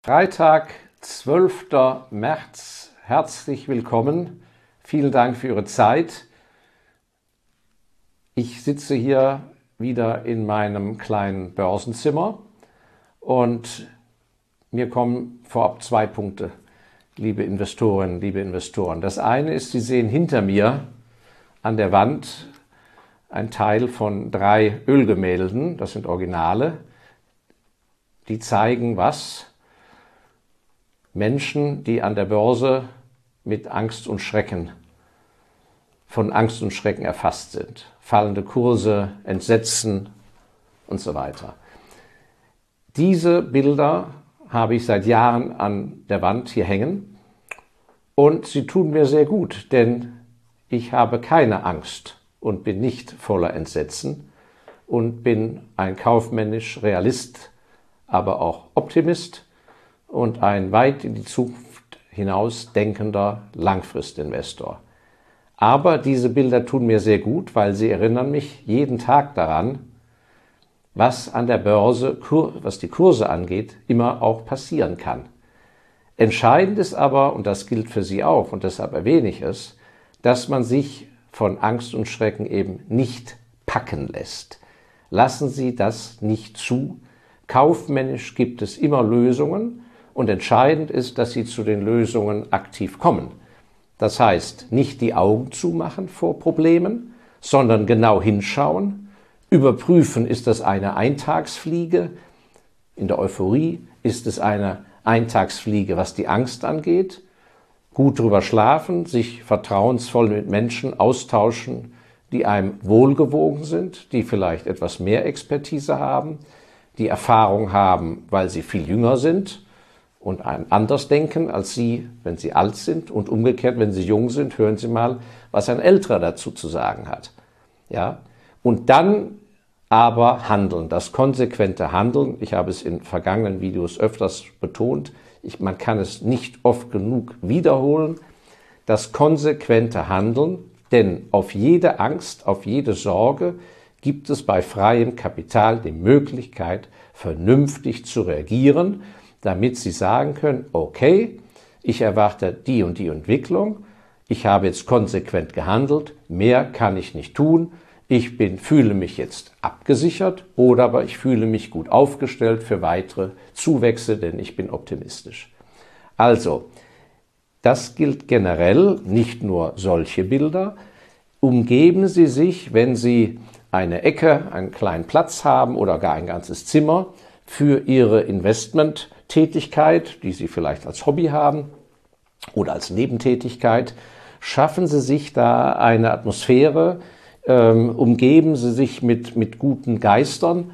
Freitag, 12. März. Herzlich willkommen. Vielen Dank für Ihre Zeit. Ich sitze hier wieder in meinem kleinen Börsenzimmer und mir kommen vorab zwei Punkte, liebe Investorinnen, liebe Investoren. Das eine ist, Sie sehen hinter mir an der Wand ein Teil von 3 Ölgemälden, das sind Originale, die zeigen was? Menschen, die an der Börse mit Angst und Schrecken, von Angst und Schrecken erfasst sind. Fallende Kurse, Entsetzen und so weiter. Diese Bilder habe ich seit Jahren an der Wand hier hängen und sie tun mir sehr gut, denn ich habe keine Angst und bin nicht voller Entsetzen und bin ein kaufmännisch Realist, aber auch Optimist und ein weit in die Zukunft hinaus denkender Langfristinvestor. Aber diese Bilder tun mir sehr gut, weil sie erinnern mich jeden Tag daran, was an der Börse, was die Kurse angeht, immer auch passieren kann. Entscheidend ist aber, und das gilt für Sie auch, und deshalb erwähne ich es, dass man sich von Angst und Schrecken eben nicht packen lässt. Lassen Sie das nicht zu. Kaufmännisch gibt es immer Lösungen. Und entscheidend ist, dass Sie zu den Lösungen aktiv kommen. Das heißt, nicht die Augen zumachen vor Problemen, sondern genau hinschauen, überprüfen, ist das eine Eintagsfliege in der Euphorie, ist es eine Eintagsfliege, was die Angst angeht, gut drüber schlafen, sich vertrauensvoll mit Menschen austauschen, die einem wohlgewogen sind, die vielleicht etwas mehr Expertise haben, die Erfahrung haben, weil sie viel jünger sind, und anders denken als Sie, wenn Sie alt sind, und umgekehrt, wenn Sie jung sind, hören Sie mal, was ein Älterer dazu zu sagen hat. Ja? Und dann aber handeln, das konsequente Handeln. Ich habe es in vergangenen Videos öfters betont, man kann es nicht oft genug wiederholen, das konsequente Handeln, denn auf jede Angst, auf jede Sorge gibt es bei freiem Kapital die Möglichkeit, vernünftig zu reagieren, damit Sie sagen können, okay, ich erwarte die und die Entwicklung, ich habe jetzt konsequent gehandelt, mehr kann ich nicht tun, fühle mich jetzt abgesichert oder aber ich fühle mich gut aufgestellt für weitere Zuwächse, denn ich bin optimistisch. Also, das gilt generell, nicht nur solche Bilder. Umgeben Sie sich, wenn Sie eine Ecke, einen kleinen Platz haben oder gar ein ganzes Zimmer für Ihre Investmenttätigkeit, die Sie vielleicht als Hobby haben oder als Nebentätigkeit, schaffen Sie sich da eine Atmosphäre, umgeben Sie sich mit guten Geistern,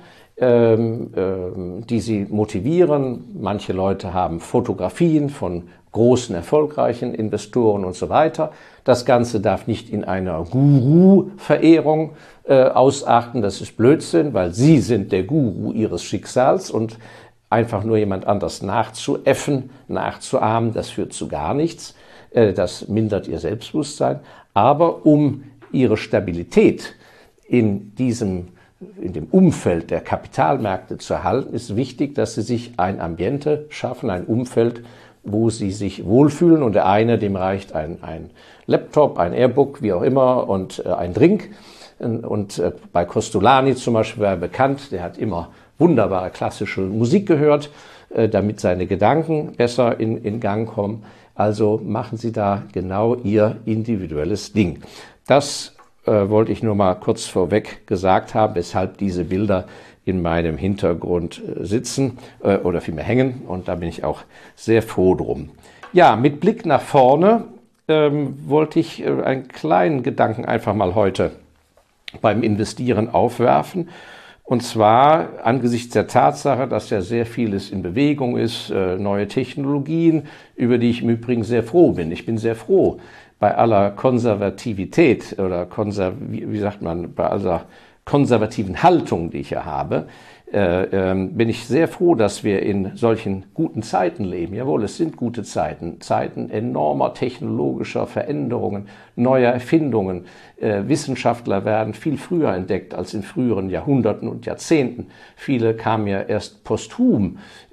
die Sie motivieren. Manche Leute haben Fotografien von großen, erfolgreichen Investoren und so weiter. Das Ganze darf nicht in einer Guru-Verehrung ausarten. Das ist Blödsinn, weil Sie sind der Guru Ihres Schicksals und einfach nur jemand anders nachzuäffen, nachzuahmen, das führt zu gar nichts. Das mindert Ihr Selbstbewusstsein. Aber um Ihre Stabilität in dem Umfeld der Kapitalmärkte zu erhalten, ist wichtig, dass Sie sich ein Ambiente schaffen, ein Umfeld, wo Sie sich wohlfühlen. Und der eine, dem reicht ein Laptop, ein Airbook, wie auch immer, und ein Drink. Und bei Costolani zum Beispiel war er bekannt, der hat immer wunderbare klassische Musik gehört, damit seine Gedanken besser in Gang kommen. Also machen Sie da genau Ihr individuelles Ding. Das wollte ich nur mal kurz vorweg gesagt haben, weshalb diese Bilder in meinem Hintergrund sitzen oder vielmehr hängen, und da bin ich auch sehr froh drum. Ja, mit Blick nach vorne wollte ich einen kleinen Gedanken einfach mal heute beim Investieren aufwerfen. Und zwar angesichts der Tatsache, dass ja sehr vieles in Bewegung ist, neue Technologien, über die ich im Übrigen sehr froh bin. Ich bin sehr froh, bei aller Konservativität oder bei aller konservativen Haltung, die ich ja habe, bin ich sehr froh, dass wir in solchen guten Zeiten leben. Jawohl, es sind gute Zeiten, Zeiten enormer technologischer Veränderungen, neuer Erfindungen. Wissenschaftler werden viel früher entdeckt als in früheren Jahrhunderten und Jahrzehnten. Viele kamen ja erst posthum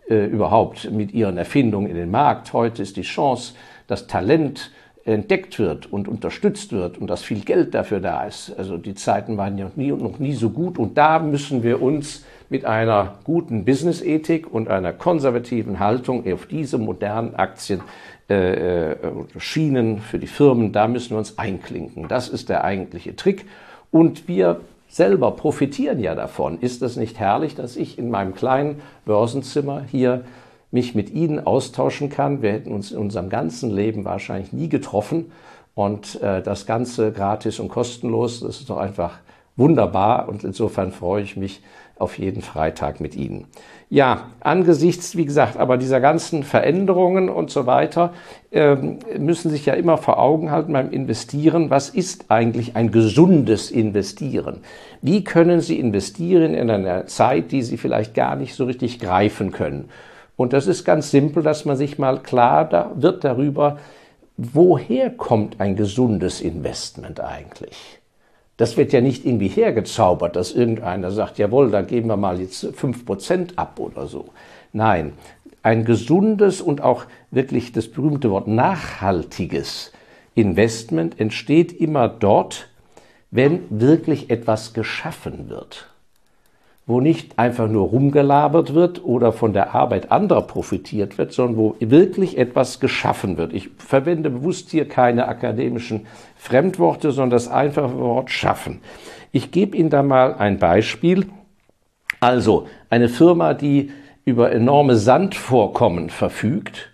überhaupt mit ihren Erfindungen in den Markt. Heute ist die Chance, dass Talent entdeckt wird und unterstützt wird und dass viel Geld dafür da ist. Also die Zeiten waren ja noch nie so gut und da müssen wir uns mit einer guten Business-Ethik und einer konservativen Haltung auf diese modernen Aktien Schienen für die Firmen, da müssen wir uns einklinken. Das ist der eigentliche Trick und wir selber profitieren ja davon. Ist es nicht herrlich, dass ich in meinem kleinen Börsenzimmer hier mich mit Ihnen austauschen kann? Wir hätten uns in unserem ganzen Leben wahrscheinlich nie getroffen und das Ganze gratis und kostenlos, das ist doch einfach wunderbar und insofern freue ich mich auf jeden Freitag mit Ihnen. Ja, angesichts, wie gesagt, aber dieser ganzen Veränderungen und so weiter, müssen sich ja immer vor Augen halten beim Investieren, was ist eigentlich ein gesundes Investieren? Wie können Sie investieren in einer Zeit, die Sie vielleicht gar nicht so richtig greifen können? Und das ist ganz simpel, dass man sich mal klar wird darüber, woher kommt ein gesundes Investment eigentlich? Das wird ja nicht irgendwie hergezaubert, dass irgendeiner sagt, jawohl, da geben wir mal jetzt 5% ab oder so. Nein, ein gesundes und auch wirklich das berühmte Wort nachhaltiges Investment entsteht immer dort, wenn wirklich etwas geschaffen wird. Wo nicht einfach nur rumgelabert wird oder von der Arbeit anderer profitiert wird, sondern wo wirklich etwas geschaffen wird. Ich verwende bewusst hier keine akademischen Fremdworte, sondern das einfache Wort schaffen. Ich gebe Ihnen da mal ein Beispiel. Also eine Firma, die über enorme Sandvorkommen verfügt,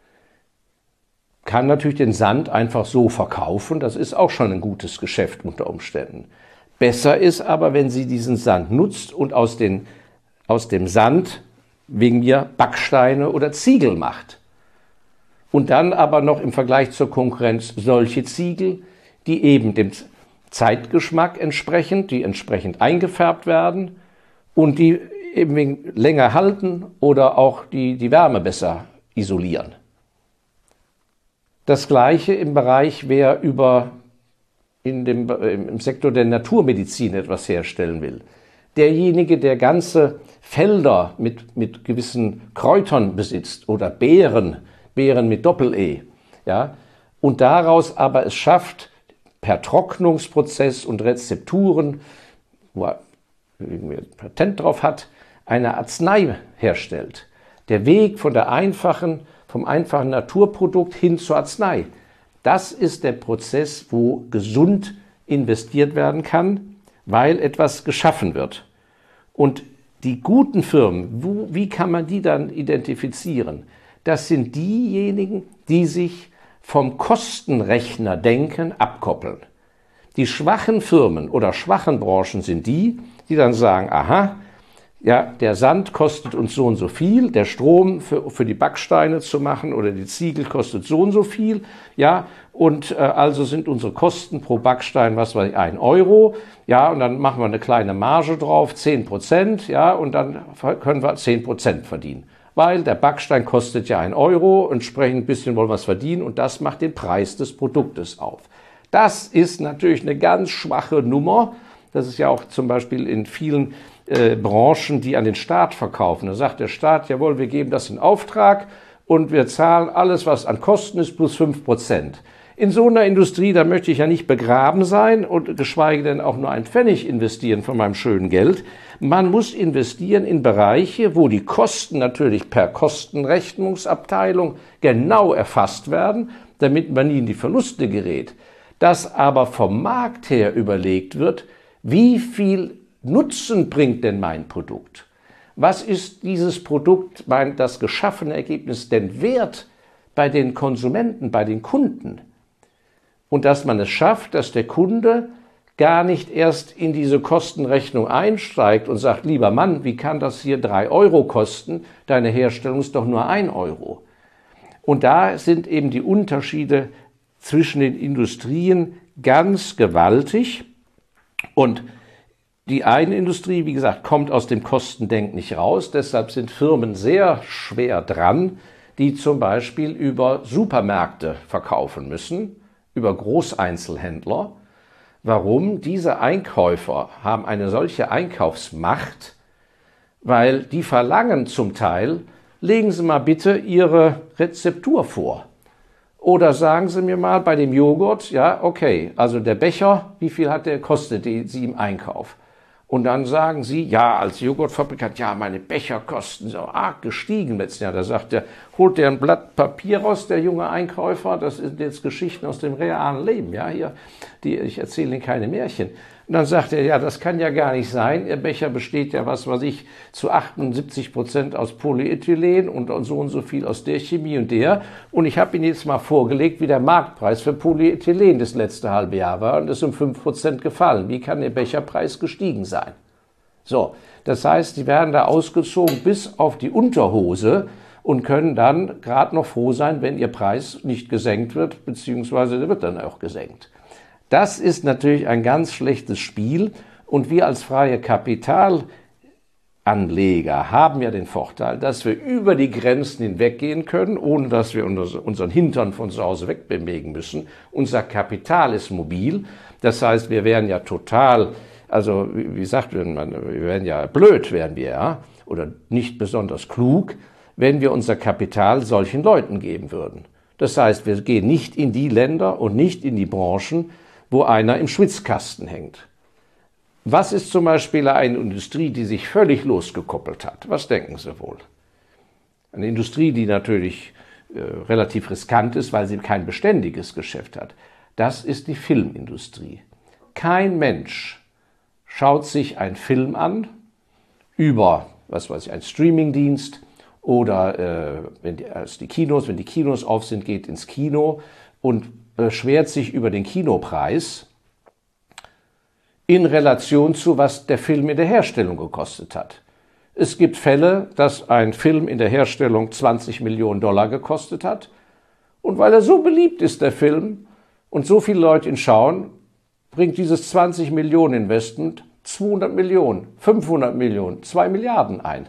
kann natürlich den Sand einfach so verkaufen. Das ist auch schon ein gutes Geschäft unter Umständen. Besser ist aber, wenn sie diesen Sand nutzt und aus dem Sand wegen mir Backsteine oder Ziegel macht. Und dann aber noch im Vergleich zur Konkurrenz solche Ziegel, die eben dem Zeitgeschmack entsprechen, die entsprechend eingefärbt werden und die eben länger halten oder auch die Wärme besser isolieren. Das Gleiche im Bereich, wer im Sektor der Naturmedizin etwas herstellen will. Derjenige, der ganze Felder mit gewissen Kräutern besitzt oder Beeren mit Doppel-E, ja, und daraus aber es schafft, per Trocknungsprozess und Rezepturen, wo er irgendwie ein Patent drauf hat, eine Arznei herstellt. Der Weg vom einfachen Naturprodukt hin zur Arznei. Das ist der Prozess, wo gesund investiert werden kann, weil etwas geschaffen wird. Und die guten Firmen, wie kann man die dann identifizieren? Das sind diejenigen, die sich vom Kostenrechner-Denken abkoppeln. Die schwachen Firmen oder schwachen Branchen sind die dann sagen, aha, ja, der Sand kostet uns so und so viel, der Strom für die Backsteine zu machen oder die Ziegel kostet so und so viel, ja, und also sind unsere Kosten pro Backstein, was weiß ich, 1 Euro, ja, und dann machen wir eine kleine Marge drauf, 10%, ja, und dann können wir 10% verdienen. Weil der Backstein kostet ja 1 Euro, entsprechend ein bisschen wollen wir es verdienen und das macht den Preis des Produktes auf. Das ist natürlich eine ganz schwache Nummer. Das ist ja auch zum Beispiel in vielen Branchen, die an den Staat verkaufen. Da sagt der Staat, jawohl, wir geben das in Auftrag und wir zahlen alles, was an Kosten ist, plus 5%. In so einer Industrie, da möchte ich ja nicht begraben sein und geschweige denn auch nur einen Pfennig investieren von meinem schönen Geld. Man muss investieren in Bereiche, wo die Kosten natürlich per Kostenrechnungsabteilung genau erfasst werden, damit man nie in die Verluste gerät. Dass aber vom Markt her überlegt wird, wie viel Nutzen bringt denn mein Produkt? Was ist dieses Produkt, das geschaffene Ergebnis denn wert bei den Konsumenten, bei den Kunden? Und dass man es schafft, dass der Kunde gar nicht erst in diese Kostenrechnung einsteigt und sagt, lieber Mann, wie kann das hier 3 Euro kosten? Deine Herstellung ist doch nur 1 Euro. Und da sind eben die Unterschiede zwischen den Industrien ganz gewaltig. Und die eine Industrie, wie gesagt, kommt aus dem Kostendenken nicht raus. Deshalb sind Firmen sehr schwer dran, die zum Beispiel über Supermärkte verkaufen müssen, über Großeinzelhändler. Warum? Diese Einkäufer haben eine solche Einkaufsmacht, weil die verlangen zum Teil legen Sie mal bitte Ihre Rezeptur vor. Oder sagen Sie mir mal bei dem Joghurt, ja, okay, also der Becher, wie viel hat der kostet Sie im Einkauf? Und dann sagen Sie, ja, als Joghurtfabrikant, ja, meine Becher kosten so arg gestiegen letztes Jahr. Da sagt er, holt der ein Blatt Papier raus, der junge Einkäufer, das sind jetzt Geschichten aus dem realen Leben, ja, hier, ich erzähle Ihnen keine Märchen. Und dann sagt er, ja, das kann ja gar nicht sein. Ihr Becher besteht ja, was weiß ich, zu 78% aus Polyethylen und so viel aus der Chemie und der. Und ich habe Ihnen jetzt mal vorgelegt, wie der Marktpreis für Polyethylen das letzte halbe Jahr war und ist um 5% gefallen. Wie kann der Becherpreis gestiegen sein? So, das heißt, die werden da ausgezogen bis auf die Unterhose und können dann gerade noch froh sein, wenn ihr Preis nicht gesenkt wird, beziehungsweise der wird dann auch gesenkt. Das ist natürlich ein ganz schlechtes Spiel und wir als freie Kapitalanleger haben ja den Vorteil, dass wir über die Grenzen hinweggehen können, ohne dass wir unseren Hintern von zu Hause wegbewegen müssen. Unser Kapital ist mobil, das heißt, wir wären ja total, also wie sagt man, wir wären ja blöd, wären wir ja, oder nicht besonders klug, wenn wir unser Kapital solchen Leuten geben würden. Das heißt, wir gehen nicht in die Länder und nicht in die Branchen, wo einer im Schwitzkasten hängt. Was ist zum Beispiel eine Industrie, die sich völlig losgekoppelt hat? Was denken Sie wohl? Eine Industrie, die natürlich relativ riskant ist, weil sie kein beständiges Geschäft hat. Das ist die Filmindustrie. Kein Mensch schaut sich einen Film an über, was weiß ich, einen Streamingdienst oder wenn die Kinos auf sind, geht ins Kino und beschwert sich über den Kinopreis in Relation zu, was der Film in der Herstellung gekostet hat. Es gibt Fälle, dass ein Film in der Herstellung 20 Millionen Dollar gekostet hat und weil er so beliebt ist, der Film, und so viele Leute ihn schauen, bringt dieses 20 Millionen Investment 200 Millionen, 500 Millionen, 2 Milliarden ein.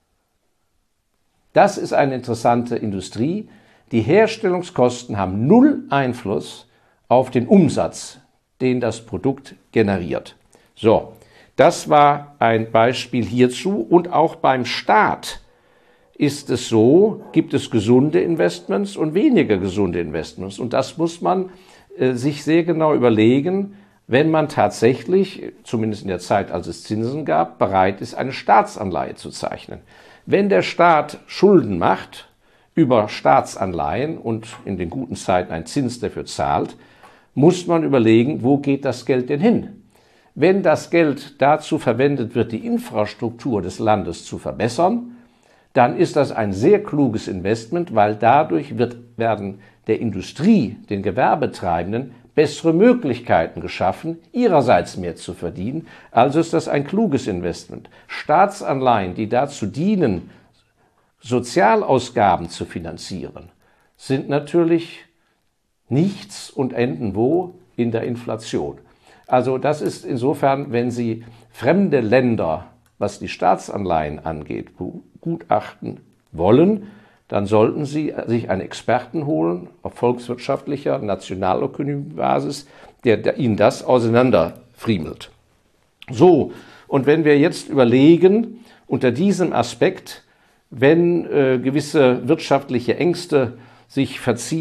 Das ist eine interessante Industrie. Die Herstellungskosten haben null Einfluss auf den Umsatz, den das Produkt generiert. So, das war ein Beispiel hierzu. Und auch beim Staat ist es so, gibt es gesunde Investments und weniger gesunde Investments. Und das muss man sich sehr genau überlegen, wenn man tatsächlich, zumindest in der Zeit, als es Zinsen gab, bereit ist, eine Staatsanleihe zu zeichnen. Wenn der Staat Schulden macht, über Staatsanleihen und in den guten Zeiten einen Zins dafür zahlt, muss man überlegen, wo geht das Geld denn hin? Wenn das Geld dazu verwendet wird, die Infrastruktur des Landes zu verbessern, dann ist das ein sehr kluges Investment, weil dadurch werden der Industrie, den Gewerbetreibenden, bessere Möglichkeiten geschaffen, ihrerseits mehr zu verdienen. Also ist das ein kluges Investment. Staatsanleihen, die dazu dienen, Sozialausgaben zu finanzieren, sind natürlich nichts und enden wo? In der Inflation. Also das ist insofern, wenn Sie fremde Länder, was die Staatsanleihen angeht, begutachten wollen, dann sollten Sie sich einen Experten holen auf volkswirtschaftlicher, nationalökonomischer Basis, der Ihnen das auseinanderfriemelt. So, und wenn wir jetzt überlegen, unter diesem Aspekt, wenn gewisse wirtschaftliche Ängste sich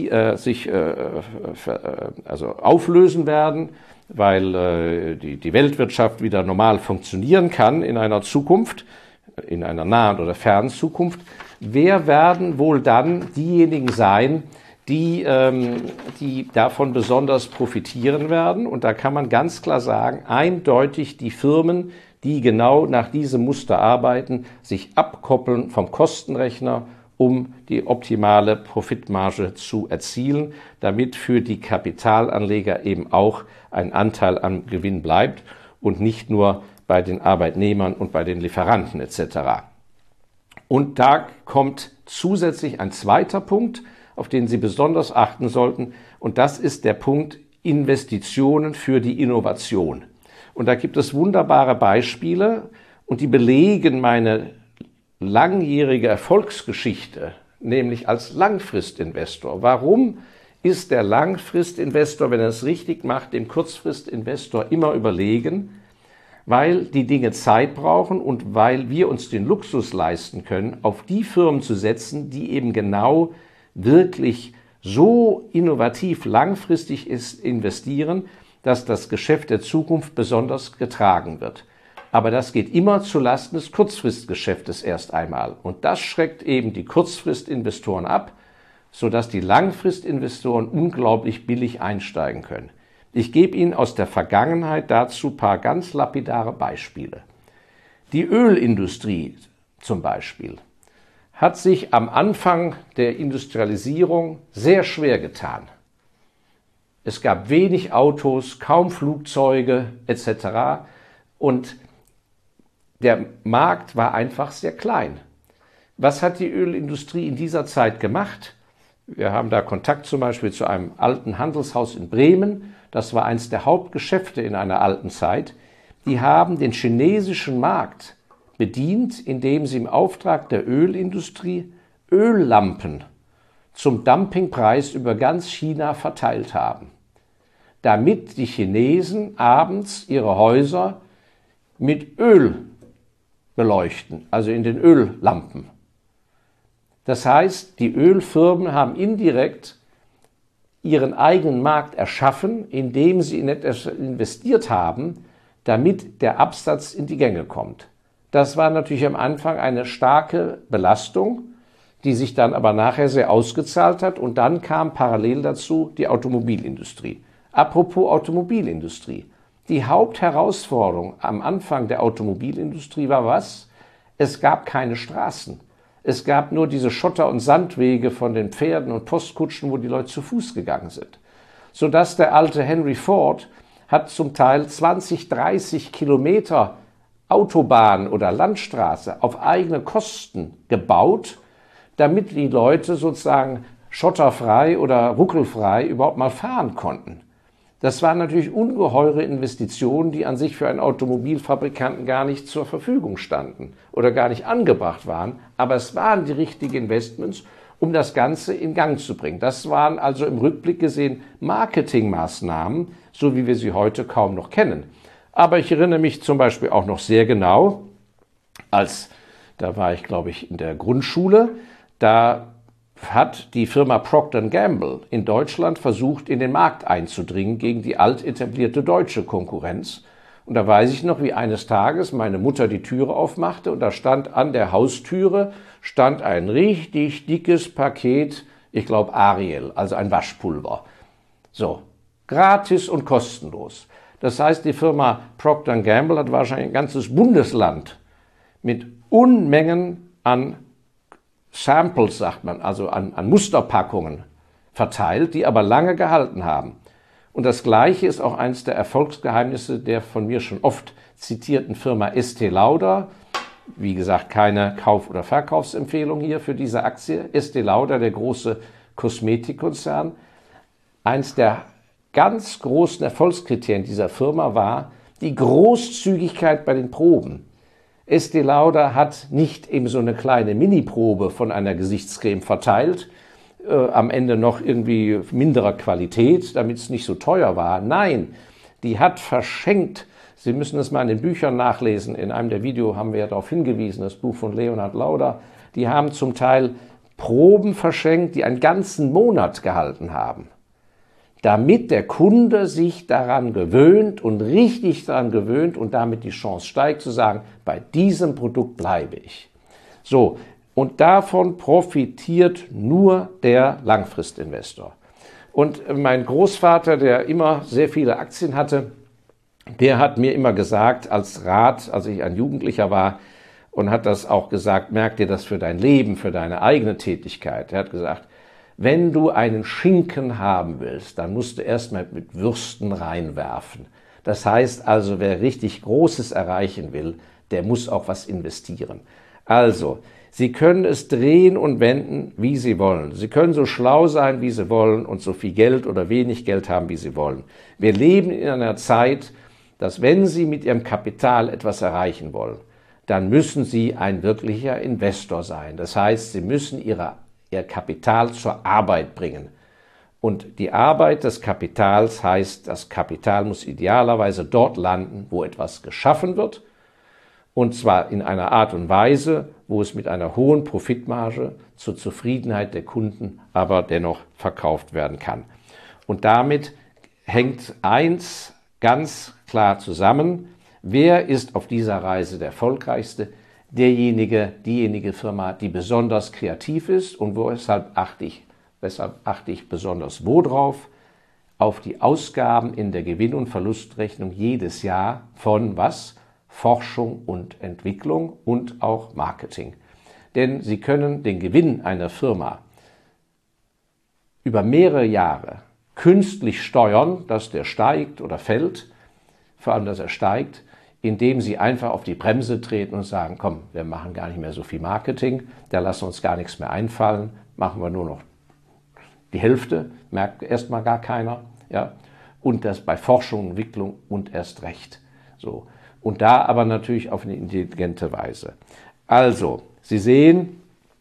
auflösen werden, weil die Weltwirtschaft wieder normal funktionieren kann in einer Zukunft, in einer nahen oder fernen Zukunft, wer werden wohl dann diejenigen sein, die davon besonders profitieren werden? Und da kann man ganz klar sagen, eindeutig die Firmen, die genau nach diesem Muster arbeiten, sich abkoppeln vom Kostenrechner, um die optimale Profitmarge zu erzielen, damit für die Kapitalanleger eben auch ein Anteil am Gewinn bleibt und nicht nur bei den Arbeitnehmern und bei den Lieferanten etc. Und da kommt zusätzlich ein zweiter Punkt, auf den Sie besonders achten sollten, und das ist der Punkt Investitionen für die Innovation. Und da gibt es wunderbare Beispiele und die belegen meine langjährige Erfolgsgeschichte, nämlich als Langfristinvestor. Warum ist der Langfristinvestor, wenn er es richtig macht, dem Kurzfristinvestor immer überlegen? weil die Dinge Zeit brauchen und weil wir uns den Luxus leisten können, auf die Firmen zu setzen, die eben genau wirklich so innovativ langfristig investieren, dass das Geschäft der Zukunft besonders getragen wird. Aber das geht immer zulasten des Kurzfristgeschäftes erst einmal. Und das schreckt eben die Kurzfristinvestoren ab, sodass die Langfristinvestoren unglaublich billig einsteigen können. Ich gebe Ihnen aus der Vergangenheit dazu ein paar ganz lapidare Beispiele. Die Ölindustrie zum Beispiel hat sich am Anfang der Industrialisierung sehr schwer getan. Es gab wenig Autos, kaum Flugzeuge etc. Und der Markt war einfach sehr klein. Was hat die Ölindustrie in dieser Zeit gemacht? Wir haben da Kontakt zum Beispiel zu einem alten Handelshaus in Bremen. Das war eines der Hauptgeschäfte in einer alten Zeit. Die haben den chinesischen Markt bedient, indem sie im Auftrag der Ölindustrie Öllampen zum Dumpingpreis über ganz China verteilt haben, damit die Chinesen abends ihre Häuser mit Öl beleuchten, also in den Öllampen. Das heißt, die Ölfirmen haben indirekt ihren eigenen Markt erschaffen, indem sie in etwas investiert haben, damit der Absatz in die Gänge kommt. Das war natürlich am Anfang eine starke Belastung, die sich dann aber nachher sehr ausgezahlt hat. Und dann kam parallel dazu die Automobilindustrie. Apropos Automobilindustrie. Die Hauptherausforderung am Anfang der Automobilindustrie war was? Es gab keine Straßen. Es gab nur diese Schotter- und Sandwege von den Pferden und Postkutschen, wo die Leute zu Fuß gegangen sind. Sodass der alte Henry Ford hat zum Teil 20, 30 Kilometer Autobahn oder Landstraße auf eigene Kosten gebaut, damit die Leute sozusagen schotterfrei oder ruckelfrei überhaupt mal fahren konnten. Das waren natürlich ungeheure Investitionen, die an sich für einen Automobilfabrikanten gar nicht zur Verfügung standen oder gar nicht angebracht waren. Aber es waren die richtigen Investments, um das Ganze in Gang zu bringen. Das waren also im Rückblick gesehen Marketingmaßnahmen, so wie wir sie heute kaum noch kennen. Aber ich erinnere mich zum Beispiel auch noch sehr genau, da war ich, glaube ich, in der Grundschule, da hat die Firma Procter & Gamble in Deutschland versucht, in den Markt einzudringen gegen die altetablierte deutsche Konkurrenz. Und da weiß ich noch, wie eines Tages meine Mutter die Türe aufmachte und da stand an der Haustüre ein richtig dickes Paket, ich glaube Ariel, also ein Waschpulver. So, gratis und kostenlos. Das heißt, die Firma Procter & Gamble hat wahrscheinlich ein ganzes Bundesland mit Unmengen an Samples, sagt man, also an Musterpackungen verteilt, die aber lange gehalten haben. Und das Gleiche ist auch eines der Erfolgsgeheimnisse der von mir schon oft zitierten Firma Estée Lauder. Wie gesagt, keine Kauf- oder Verkaufsempfehlung hier für diese Aktie. Estée Lauder, der große Kosmetikkonzern. Eins der ganz großen Erfolgskriterien dieser Firma war die Großzügigkeit bei den Proben. Estée Lauder hat nicht eben so eine kleine Mini-Probe von einer Gesichtscreme verteilt, am Ende noch irgendwie minderer Qualität, damit es nicht so teuer war. Nein, die hat verschenkt. Sie müssen es mal in den Büchern nachlesen. In einem der Videos haben wir ja darauf hingewiesen, das Buch von Leonhard Lauder. Die haben zum Teil Proben verschenkt, die einen ganzen Monat gehalten haben, damit der Kunde sich daran gewöhnt und richtig daran gewöhnt und damit die Chance steigt zu sagen, bei diesem Produkt bleibe ich. So, und davon profitiert nur der Langfristinvestor. Und mein Großvater, der immer sehr viele Aktien hatte, der hat mir immer gesagt, als Rat, als ich ein Jugendlicher war, und hat das auch gesagt, merk dir das für dein Leben, für deine eigene Tätigkeit. Er hat gesagt, wenn du einen Schinken haben willst, dann musst du erstmal mit Würsten reinwerfen. Das heißt also, wer richtig Großes erreichen will, der muss auch was investieren. Also, Sie können es drehen und wenden, wie Sie wollen. Sie können so schlau sein, wie Sie wollen und so viel Geld oder wenig Geld haben, wie Sie wollen. Wir leben in einer Zeit, dass wenn Sie mit Ihrem Kapital etwas erreichen wollen, dann müssen Sie ein wirklicher Investor sein. Das heißt, Sie müssen Ihr Kapital zur Arbeit bringen. Und die Arbeit des Kapitals heißt, das Kapital muss idealerweise dort landen, wo etwas geschaffen wird, und zwar in einer Art und Weise, wo es mit einer hohen Profitmarge zur Zufriedenheit der Kunden aber dennoch verkauft werden kann. Und damit hängt eins ganz klar zusammen: Wer ist auf dieser Reise der erfolgreichste? Diejenige Firma, die besonders kreativ ist. Und weshalb achte ich besonders wo drauf? Auf die Ausgaben in der Gewinn- und Verlustrechnung jedes Jahr von was? Forschung und Entwicklung und auch Marketing. Denn Sie können den Gewinn einer Firma über mehrere Jahre künstlich steuern, dass der steigt oder fällt, vor allem, dass er steigt, indem Sie einfach auf die Bremse treten und sagen, komm, wir machen gar nicht mehr so viel Marketing, da lassen uns gar nichts mehr einfallen, machen wir nur noch die Hälfte, merkt erstmal gar keiner, ja, und das bei Forschung und Entwicklung und erst recht. So. Und da aber natürlich auf eine intelligente Weise. Also, Sie sehen,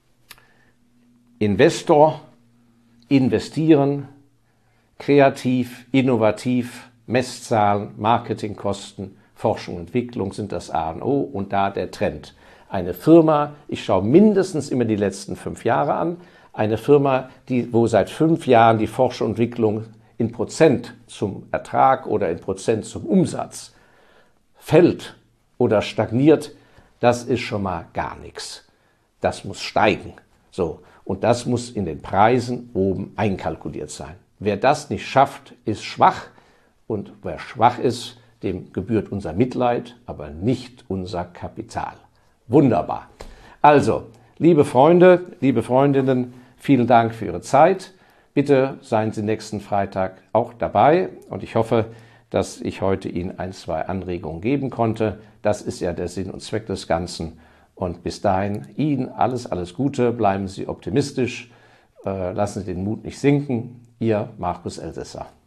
Investor, investieren, kreativ, innovativ, Messzahlen, Marketingkosten, Forschung und Entwicklung sind das A und O und da der Trend. Eine Firma, ich schaue mindestens immer die letzten 5 Jahre an, eine Firma, wo seit 5 Jahren die Forschung und Entwicklung in Prozent zum Ertrag oder in Prozent zum Umsatz fällt oder stagniert, das ist schon mal gar nichts. Das muss steigen. So. Und das muss in den Preisen oben einkalkuliert sein. Wer das nicht schafft, ist schwach. Und wer schwach ist, dem gebührt unser Mitleid, aber nicht unser Kapital. Wunderbar. Also, liebe Freunde, liebe Freundinnen, vielen Dank für Ihre Zeit. Bitte seien Sie nächsten Freitag auch dabei und ich hoffe, dass ich heute Ihnen 1, 2 Anregungen geben konnte. Das ist ja der Sinn und Zweck des Ganzen. Und bis dahin Ihnen alles Gute, bleiben Sie optimistisch, lassen Sie den Mut nicht sinken. Ihr Markus Elsässer.